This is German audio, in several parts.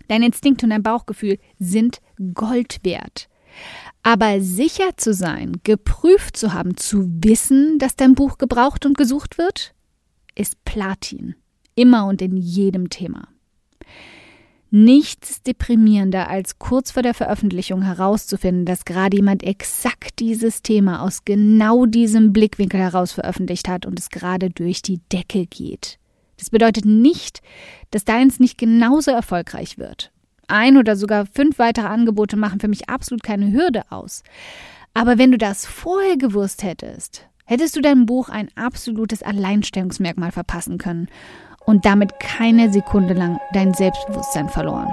Dein Instinkt und dein Bauchgefühl sind Gold wert. Aber sicher zu sein, geprüft zu haben, zu wissen, dass dein Buch gebraucht und gesucht wird, ist Platin. Immer und in jedem Thema. Nichts ist deprimierender, als kurz vor der Veröffentlichung herauszufinden, dass gerade jemand exakt dieses Thema aus genau diesem Blickwinkel heraus veröffentlicht hat und es gerade durch die Decke geht. Das bedeutet nicht, dass deins nicht genauso erfolgreich wird. 1 oder sogar 5 weitere Angebote machen für mich absolut keine Hürde aus. Aber wenn du das vorher gewusst hättest, hättest du deinem Buch ein absolutes Alleinstellungsmerkmal verpassen können und damit keine Sekunde lang dein Selbstbewusstsein verloren.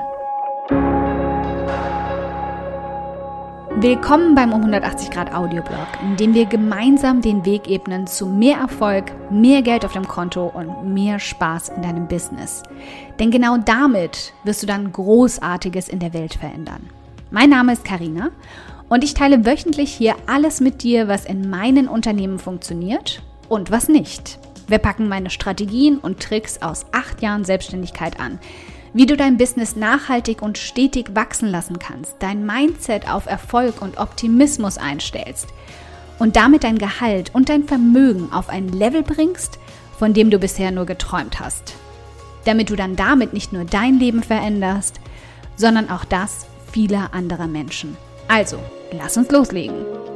Willkommen beim 180° Audioblog, in dem wir gemeinsam den Weg ebnen zu mehr Erfolg, mehr Geld auf dem Konto und mehr Spaß in deinem Business. Denn genau damit wirst du dann Großartiges in der Welt verändern. Mein Name ist Carina und ich teile wöchentlich hier alles mit dir, was in meinen Unternehmen funktioniert und was nicht. Wir packen meine Strategien und Tricks aus 8 Jahren Selbstständigkeit an, wie du dein Business nachhaltig und stetig wachsen lassen kannst, dein Mindset auf Erfolg und Optimismus einstellst und damit dein Gehalt und dein Vermögen auf ein Level bringst, von dem du bisher nur geträumt hast. Damit du dann damit nicht nur dein Leben veränderst, sondern auch das vieler anderer Menschen. Also, lass uns loslegen.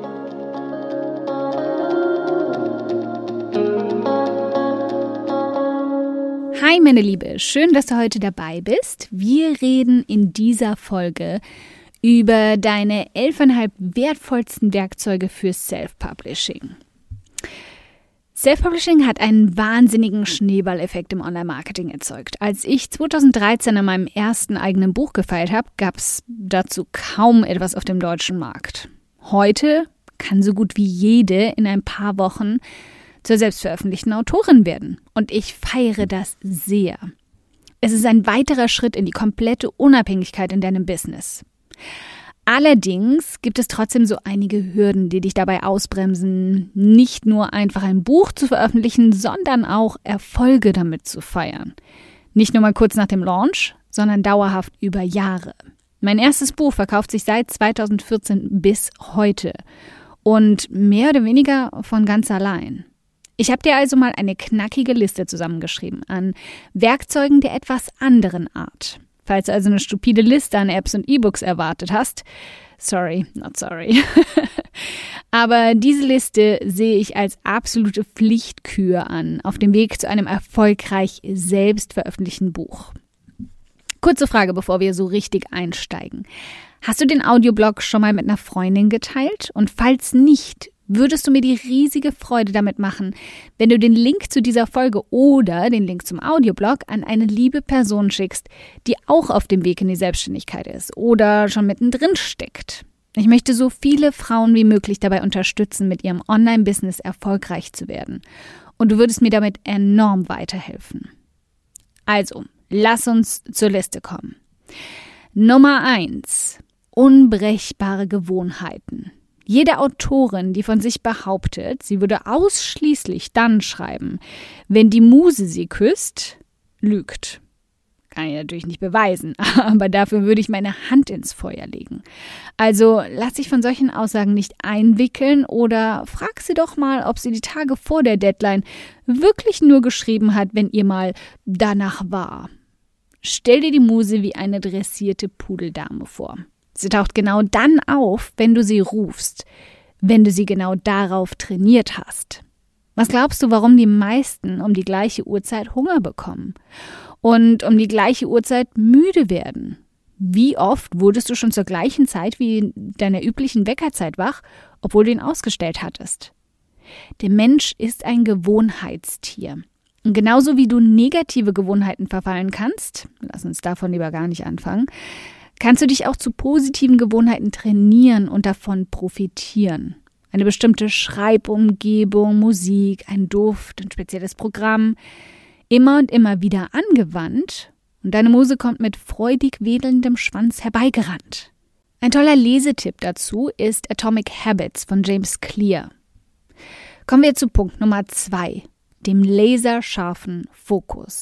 Hi meine Liebe, schön, dass du heute dabei bist. Wir reden in dieser Folge über deine 11,5 wertvollsten Werkzeuge für Self-Publishing. Self-Publishing hat einen wahnsinnigen Schneeballeffekt im Online-Marketing erzeugt. Als ich 2013 an meinem ersten eigenen Buch gefeilt habe, gab es dazu kaum etwas auf dem deutschen Markt. Heute kann so gut wie jede in ein paar Wochen zur selbstveröffentlichten Autorin werden. Und ich feiere das sehr. Es ist ein weiterer Schritt in die komplette Unabhängigkeit in deinem Business. Allerdings gibt es trotzdem so einige Hürden, die dich dabei ausbremsen, nicht nur einfach ein Buch zu veröffentlichen, sondern auch Erfolge damit zu feiern. Nicht nur mal kurz nach dem Launch, sondern dauerhaft über Jahre. Mein erstes Buch verkauft sich seit 2014 bis heute und mehr oder weniger von ganz allein. Ich habe dir also mal eine knackige Liste zusammengeschrieben an Werkzeugen der etwas anderen Art. Falls du also eine stupide Liste an Apps und E-Books erwartet hast, sorry, not sorry. Aber diese Liste sehe ich als absolute Pflichtkür an, auf dem Weg zu einem erfolgreich selbst veröffentlichten Buch. Kurze Frage, bevor wir so richtig einsteigen. Hast du den Audioblog schon mal mit einer Freundin geteilt? Und falls nicht, würdest du mir die riesige Freude damit machen, wenn du den Link zu dieser Folge oder den Link zum Audioblog an eine liebe Person schickst, die auch auf dem Weg in die Selbstständigkeit ist oder schon mittendrin steckt. Ich möchte so viele Frauen wie möglich dabei unterstützen, mit ihrem Online-Business erfolgreich zu werden. Und du würdest mir damit enorm weiterhelfen. Also, lass uns zur Liste kommen. Nummer 1. Unbrechbare Gewohnheiten. Jede Autorin, die von sich behauptet, sie würde ausschließlich dann schreiben, wenn die Muse sie küsst, lügt. Kann ich natürlich nicht beweisen, aber dafür würde ich meine Hand ins Feuer legen. Also lass dich von solchen Aussagen nicht einwickeln oder frag sie doch mal, ob sie die Tage vor der Deadline wirklich nur geschrieben hat, wenn ihr mal danach war. Stell dir die Muse wie eine dressierte Pudeldame vor. Sie taucht genau dann auf, wenn du sie rufst, wenn du sie genau darauf trainiert hast. Was glaubst du, warum die meisten um die gleiche Uhrzeit Hunger bekommen und um die gleiche Uhrzeit müde werden? Wie oft wurdest du schon zur gleichen Zeit wie in deiner üblichen Weckerzeit wach, obwohl du ihn ausgestellt hattest? Der Mensch ist ein Gewohnheitstier. Und genauso wie du negative Gewohnheiten verfallen kannst, lass uns davon lieber gar nicht anfangen, kannst du dich auch zu positiven Gewohnheiten trainieren und davon profitieren. Eine bestimmte Schreibumgebung, Musik, ein Duft, ein spezielles Programm, immer und immer wieder angewandt und deine Muse kommt mit freudig wedelndem Schwanz herbeigerannt. Ein toller Lesetipp dazu ist Atomic Habits von James Clear. Kommen wir zu Punkt Nummer 2, dem laserscharfen Fokus.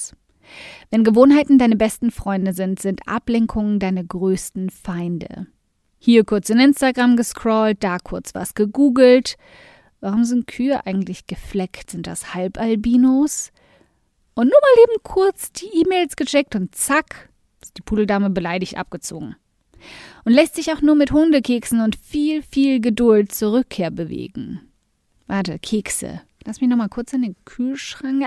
Wenn Gewohnheiten deine besten Freunde sind, sind Ablenkungen deine größten Feinde. Hier kurz in Instagram gescrollt, da kurz was gegoogelt. Warum sind Kühe eigentlich gefleckt? Sind das Halbalbinos? Und nur mal eben kurz die E-Mails gecheckt und zack, ist die Pudeldame beleidigt abgezogen. Und lässt sich auch nur mit Hundekeksen und viel, viel Geduld zur Rückkehr bewegen. Warte, Kekse. Lass mich noch mal kurz in den Kühlschrank.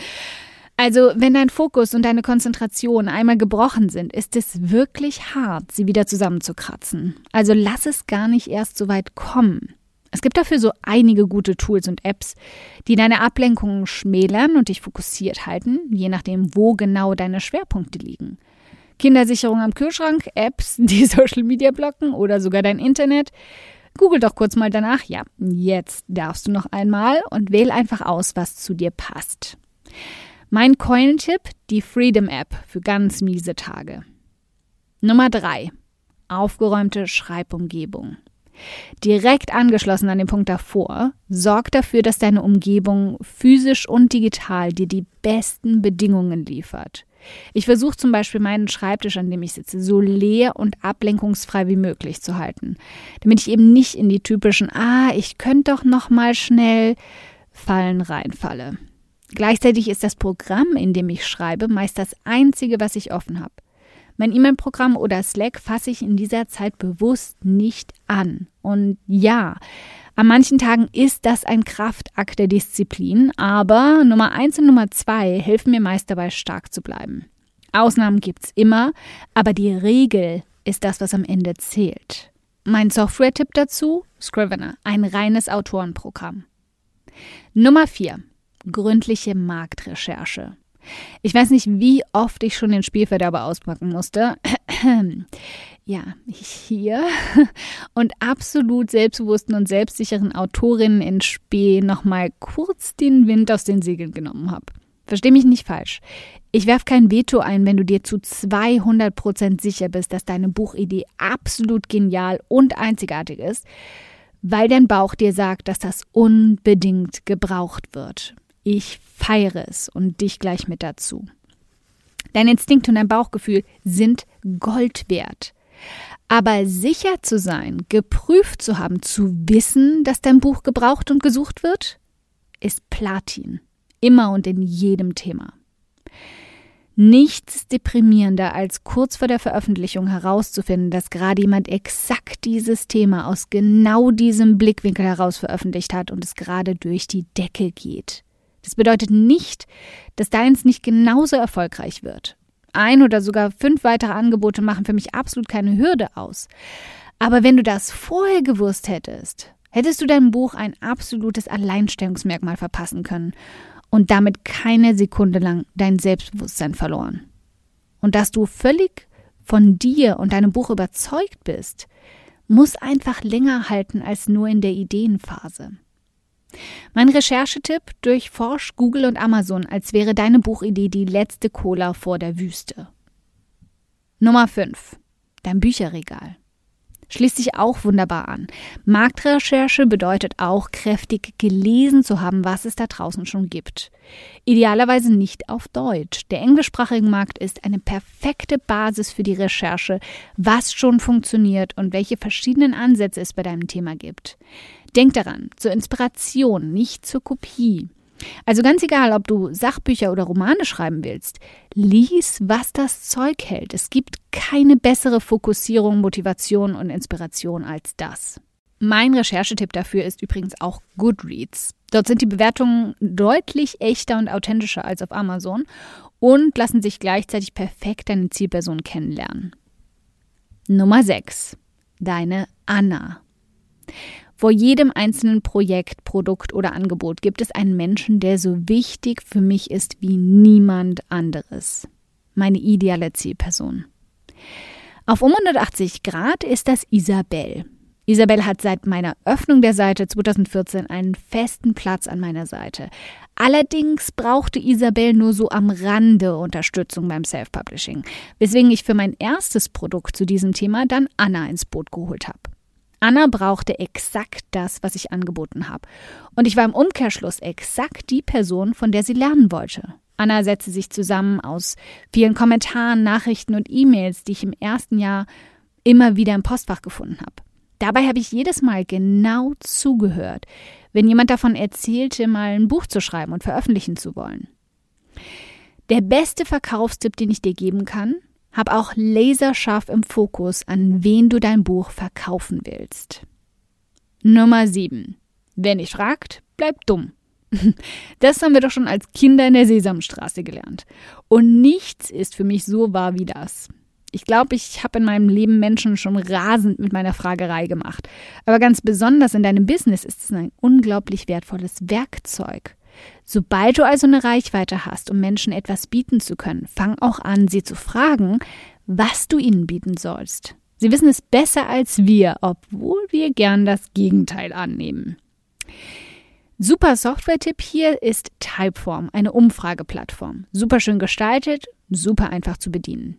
Also, wenn dein Fokus und deine Konzentration einmal gebrochen sind, ist es wirklich hart, sie wieder zusammenzukratzen. Also lass es gar nicht erst so weit kommen. Es gibt dafür so einige gute Tools und Apps, die deine Ablenkungen schmälern und dich fokussiert halten, je nachdem, wo genau deine Schwerpunkte liegen. Kindersicherung am Kühlschrank, Apps, die Social Media blocken oder sogar dein Internet. Google doch kurz mal danach. Ja, jetzt darfst du noch einmal und wähl einfach aus, was zu dir passt. Mein Keulentipp, die Freedom App für ganz miese Tage. Nummer 3. Aufgeräumte Schreibumgebung. Direkt angeschlossen an den Punkt davor, sorg dafür, dass deine Umgebung physisch und digital dir die besten Bedingungen liefert. Ich versuche zum Beispiel meinen Schreibtisch, an dem ich sitze, so leer und ablenkungsfrei wie möglich zu halten, damit ich eben nicht in die typischen ich könnte doch noch mal schnell Fallen reinfalle. Gleichzeitig ist das Programm, in dem ich schreibe, meist das einzige, was ich offen habe. Mein E-Mail-Programm oder Slack fasse ich in dieser Zeit bewusst nicht an. Und ja, an manchen Tagen ist das ein Kraftakt der Disziplin, aber Nummer 1 und Nummer 2 helfen mir meist dabei, stark zu bleiben. Ausnahmen gibt's immer, aber die Regel ist das, was am Ende zählt. Mein Software-Tipp dazu? Scrivener, ein reines Autorenprogramm. Nummer 4. Gründliche Marktrecherche. Ich weiß nicht, wie oft ich schon den Spielverderber auspacken musste. Ja, hier. Und absolut selbstbewussten und selbstsicheren Autorinnen in Spe nochmal kurz den Wind aus den Segeln genommen habe. Versteh mich nicht falsch. Ich werfe kein Veto ein, wenn du dir zu 200% sicher bist, dass deine Buchidee absolut genial und einzigartig ist, weil dein Bauch dir sagt, dass das unbedingt gebraucht wird. Ich feiere es und dich gleich mit dazu. Dein Instinkt und dein Bauchgefühl sind Gold wert. Aber sicher zu sein, geprüft zu haben, zu wissen, dass dein Buch gebraucht und gesucht wird, ist Platin. Immer und in jedem Thema. Nichts ist deprimierender, als kurz vor der Veröffentlichung herauszufinden, dass gerade jemand exakt dieses Thema aus genau diesem Blickwinkel heraus veröffentlicht hat und es gerade durch die Decke geht. Das bedeutet nicht, dass deins nicht genauso erfolgreich wird. 1 oder sogar 5 weitere Angebote machen für mich absolut keine Hürde aus. Aber wenn du das vorher gewusst hättest, hättest du deinem Buch ein absolutes Alleinstellungsmerkmal verpassen können und damit keine Sekunde lang dein Selbstbewusstsein verloren. Und dass du völlig von dir und deinem Buch überzeugt bist, muss einfach länger halten als nur in der Ideenphase. Mein Recherchetipp: durchforsch Google und Amazon, als wäre deine Buchidee die letzte Cola vor der Wüste. Nummer 5. Dein Bücherregal. Schließt sich auch wunderbar an. Marktrecherche bedeutet auch, kräftig gelesen zu haben, was es da draußen schon gibt. Idealerweise nicht auf Deutsch. Der englischsprachige Markt ist eine perfekte Basis für die Recherche, was schon funktioniert und welche verschiedenen Ansätze es bei deinem Thema gibt. Denk daran, zur Inspiration, nicht zur Kopie. Also ganz egal, ob du Sachbücher oder Romane schreiben willst, lies, was das Zeug hält. Es gibt keine bessere Fokussierung, Motivation und Inspiration als das. Mein Recherchetipp dafür ist übrigens auch Goodreads. Dort sind die Bewertungen deutlich echter und authentischer als auf Amazon und lassen sich gleichzeitig perfekt deine Zielperson kennenlernen. Nummer 6. Deine Anna. Vor jedem einzelnen Projekt, Produkt oder Angebot gibt es einen Menschen, der so wichtig für mich ist wie niemand anderes. Meine ideale Zielperson. Auf 180 Grad ist das Isabel. Isabel hat seit meiner Öffnung der Seite 2014 einen festen Platz an meiner Seite. Allerdings brauchte Isabel nur so am Rande Unterstützung beim Self-Publishing, weswegen ich für mein erstes Produkt zu diesem Thema dann Anna ins Boot geholt habe. Anna brauchte exakt das, was ich angeboten habe. Und ich war im Umkehrschluss exakt die Person, von der sie lernen wollte. Anna setzte sich zusammen aus vielen Kommentaren, Nachrichten und E-Mails, die ich im ersten Jahr immer wieder im Postfach gefunden habe. Dabei habe ich jedes Mal genau zugehört, wenn jemand davon erzählte, mal ein Buch zu schreiben und veröffentlichen zu wollen. Der beste Verkaufstipp, den ich dir geben kann: hab auch laserscharf im Fokus, an wen du dein Buch verkaufen willst. Nummer 7. Wer nicht fragt, bleibt dumm. Das haben wir doch schon als Kinder in der Sesamstraße gelernt. Und nichts ist für mich so wahr wie das. Ich glaube, ich habe in meinem Leben Menschen schon rasend mit meiner Fragerei gemacht. Aber ganz besonders in deinem Business ist es ein unglaublich wertvolles Werkzeug. Sobald du also eine Reichweite hast, um Menschen etwas bieten zu können, fang auch an, sie zu fragen, was du ihnen bieten sollst. Sie wissen es besser als wir, obwohl wir gern das Gegenteil annehmen. Super Software-Tipp hier ist Typeform, eine Umfrageplattform. Super schön gestaltet, super einfach zu bedienen.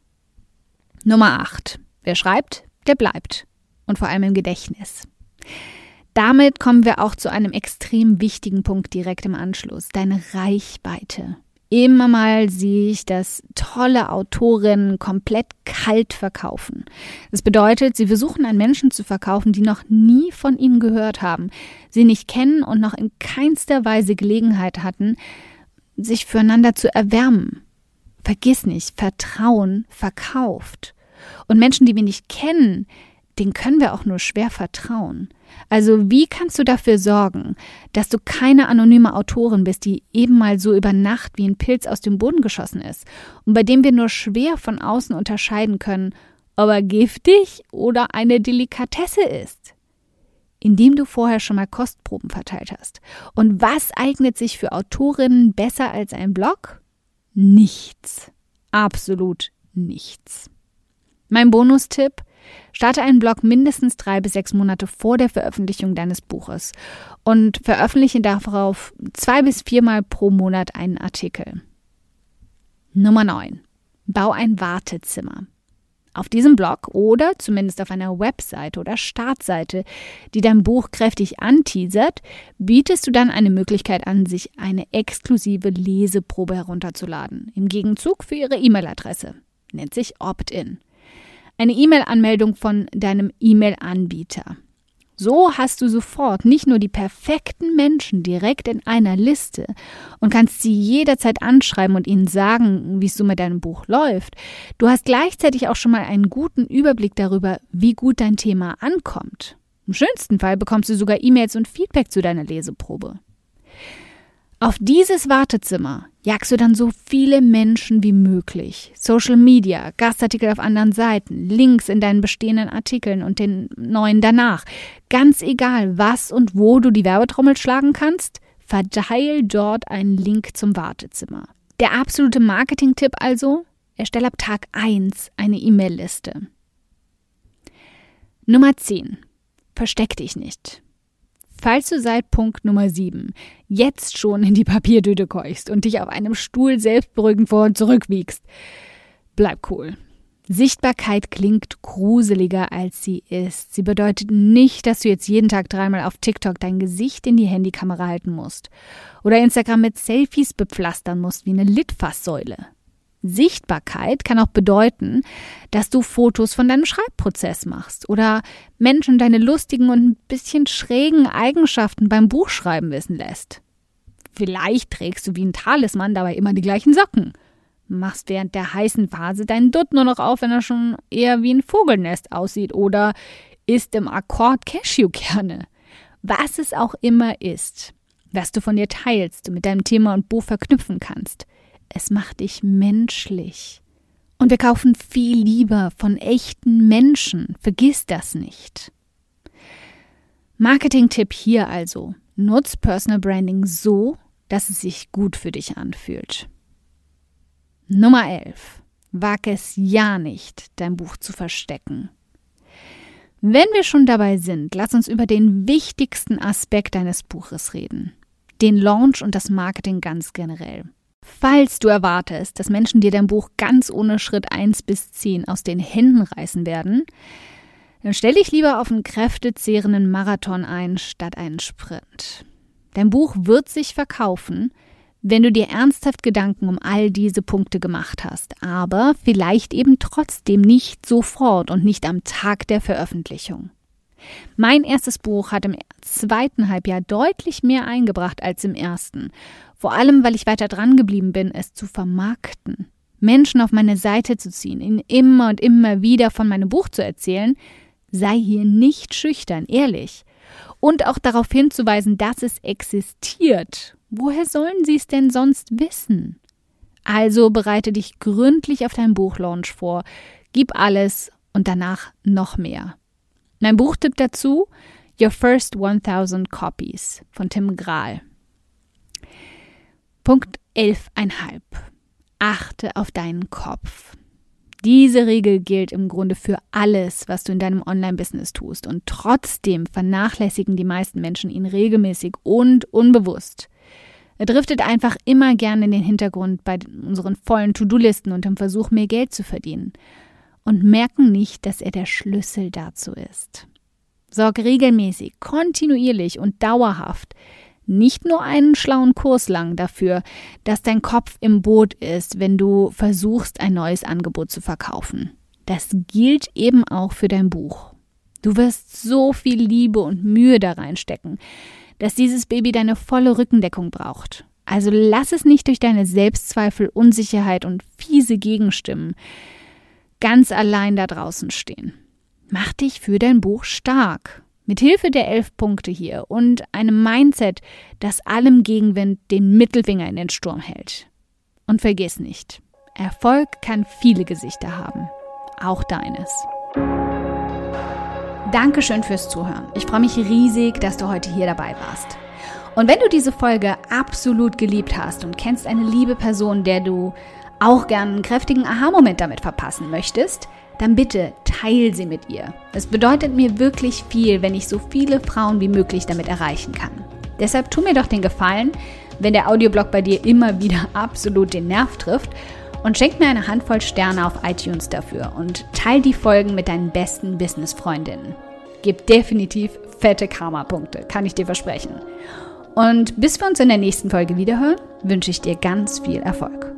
Nummer 8. Wer schreibt, der bleibt. Und vor allem im Gedächtnis. Damit kommen wir auch zu einem extrem wichtigen Punkt direkt im Anschluss: deine Reichweite. Immer mal sehe ich, dass tolle Autorinnen komplett kalt verkaufen. Das bedeutet, sie versuchen, an Menschen zu verkaufen, die noch nie von ihnen gehört haben, sie nicht kennen und noch in keinster Weise Gelegenheit hatten, sich füreinander zu erwärmen. Vergiss nicht, Vertrauen verkauft. Und Menschen, die wir nicht kennen, denen können wir auch nur schwer vertrauen. Also wie kannst du dafür sorgen, dass du keine anonyme Autorin bist, die eben mal so über Nacht wie ein Pilz aus dem Boden geschossen ist und bei dem wir nur schwer von außen unterscheiden können, ob er giftig oder eine Delikatesse ist? Indem du vorher schon mal Kostproben verteilt hast. Und was eignet sich für Autorinnen besser als ein Blog? Nichts. Absolut nichts. Mein Bonustipp: starte einen Blog mindestens 3 bis 6 Monate vor der Veröffentlichung deines Buches und veröffentliche darauf 2 bis 4 Mal pro Monat einen Artikel. Nummer 9. Bau ein Wartezimmer. Auf diesem Blog oder zumindest auf einer Webseite oder Startseite, die dein Buch kräftig anteasert, bietest du dann eine Möglichkeit an, sich eine exklusive Leseprobe herunterzuladen. Im Gegenzug für ihre E-Mail-Adresse. Nennt sich Opt-in. Eine E-Mail-Anmeldung von deinem E-Mail-Anbieter. So hast du sofort nicht nur die perfekten Menschen direkt in einer Liste und kannst sie jederzeit anschreiben und ihnen sagen, wie es so mit deinem Buch läuft. Du hast gleichzeitig auch schon mal einen guten Überblick darüber, wie gut dein Thema ankommt. Im schönsten Fall bekommst du sogar E-Mails und Feedback zu deiner Leseprobe. Auf dieses Wartezimmer jagst du dann so viele Menschen wie möglich. Social Media, Gastartikel auf anderen Seiten, Links in deinen bestehenden Artikeln und den neuen danach. Ganz egal, was und wo du die Werbetrommel schlagen kannst, verteil dort einen Link zum Wartezimmer. Der absolute Marketing-Tipp also: erstelle ab Tag 1 eine E-Mail-Liste. Nummer 10. Versteck dich nicht. Falls du seit Punkt Nummer 7 jetzt schon in die Papiertüte keuchst und dich auf einem Stuhl selbstberuhigend vor und zurückwiegst, bleib cool. Sichtbarkeit klingt gruseliger, als sie ist. Sie bedeutet nicht, dass du jetzt jeden Tag 3-mal auf TikTok dein Gesicht in die Handykamera halten musst oder Instagram mit Selfies bepflastern musst wie eine Litfaßsäule. Sichtbarkeit kann auch bedeuten, dass du Fotos von deinem Schreibprozess machst oder Menschen deine lustigen und ein bisschen schrägen Eigenschaften beim Buchschreiben wissen lässt. Vielleicht trägst du wie ein Talisman dabei immer die gleichen Socken. Machst während der heißen Phase deinen Dutt nur noch auf, wenn er schon eher wie ein Vogelnest aussieht, oder isst im Akkord Cashewkerne. Was es auch immer ist, was du von dir teilst und mit deinem Thema und Buch verknüpfen kannst. Es macht dich menschlich. Und wir kaufen viel lieber von echten Menschen. Vergiss das nicht. Marketing-Tipp hier also: Nutz Personal Branding so, dass es sich gut für dich anfühlt. Nummer 11. Wag es ja nicht, dein Buch zu verstecken. Wenn wir schon dabei sind, lass uns über den wichtigsten Aspekt deines Buches reden. Den Launch und das Marketing ganz generell. Falls du erwartest, dass Menschen dir dein Buch ganz ohne Schritt 1 bis 10 aus den Händen reißen werden, dann stell dich lieber auf einen kräftezehrenden Marathon ein, statt einen Sprint. Dein Buch wird sich verkaufen, wenn du dir ernsthaft Gedanken um all diese Punkte gemacht hast, aber vielleicht eben trotzdem nicht sofort und nicht am Tag der Veröffentlichung. Mein erstes Buch hat im zweiten Halbjahr deutlich mehr eingebracht als im ersten. Vor allem, weil ich weiter dran geblieben bin, es zu vermarkten. Menschen auf meine Seite zu ziehen, ihnen immer und immer wieder von meinem Buch zu erzählen. Sei hier nicht schüchtern, ehrlich. Und auch darauf hinzuweisen, dass es existiert. Woher sollen sie es denn sonst wissen? Also bereite dich gründlich auf deinen Buchlaunch vor. Gib alles und danach noch mehr. Mein Buchtipp dazu: Your First 1000 Copies von Tim Grahl. Punkt 11,5. Achte auf deinen Kopf. Diese Regel gilt im Grunde für alles, was du in deinem Online-Business tust. Und trotzdem vernachlässigen die meisten Menschen ihn regelmäßig und unbewusst. Er driftet einfach immer gerne in den Hintergrund bei unseren vollen To-Do-Listen und im Versuch, mehr Geld zu verdienen. Und merken nicht, dass er der Schlüssel dazu ist. Sorg regelmäßig, kontinuierlich und dauerhaft, nicht nur einen schlauen Kurs lang dafür, dass dein Kopf im Boot ist, wenn du versuchst, ein neues Angebot zu verkaufen. Das gilt eben auch für dein Buch. Du wirst so viel Liebe und Mühe da reinstecken, dass dieses Baby deine volle Rückendeckung braucht. Also lass es nicht durch deine Selbstzweifel, Unsicherheit und fiese Gegenstimmen ganz allein da draußen stehen. Mach dich für dein Buch stark. Mit Hilfe der 11 Punkte hier und einem Mindset, das allem Gegenwind den Mittelfinger in den Sturm hält. Und vergiss nicht, Erfolg kann viele Gesichter haben. Auch deines. Dankeschön fürs Zuhören. Ich freue mich riesig, dass du heute hier dabei warst. Und wenn du diese Folge absolut geliebt hast und kennst eine liebe Person, der du auch gern einen kräftigen Aha-Moment damit verpassen möchtest, dann bitte teil sie mit ihr. Es bedeutet mir wirklich viel, wenn ich so viele Frauen wie möglich damit erreichen kann. Deshalb tu mir doch den Gefallen, wenn der Audioblog bei dir immer wieder absolut den Nerv trifft, und schenk mir eine Handvoll Sterne auf iTunes dafür und teil die Folgen mit deinen besten Business-Freundinnen. Gib definitiv fette Karma-Punkte, kann ich dir versprechen. Und bis wir uns in der nächsten Folge wiederhören, wünsche ich dir ganz viel Erfolg.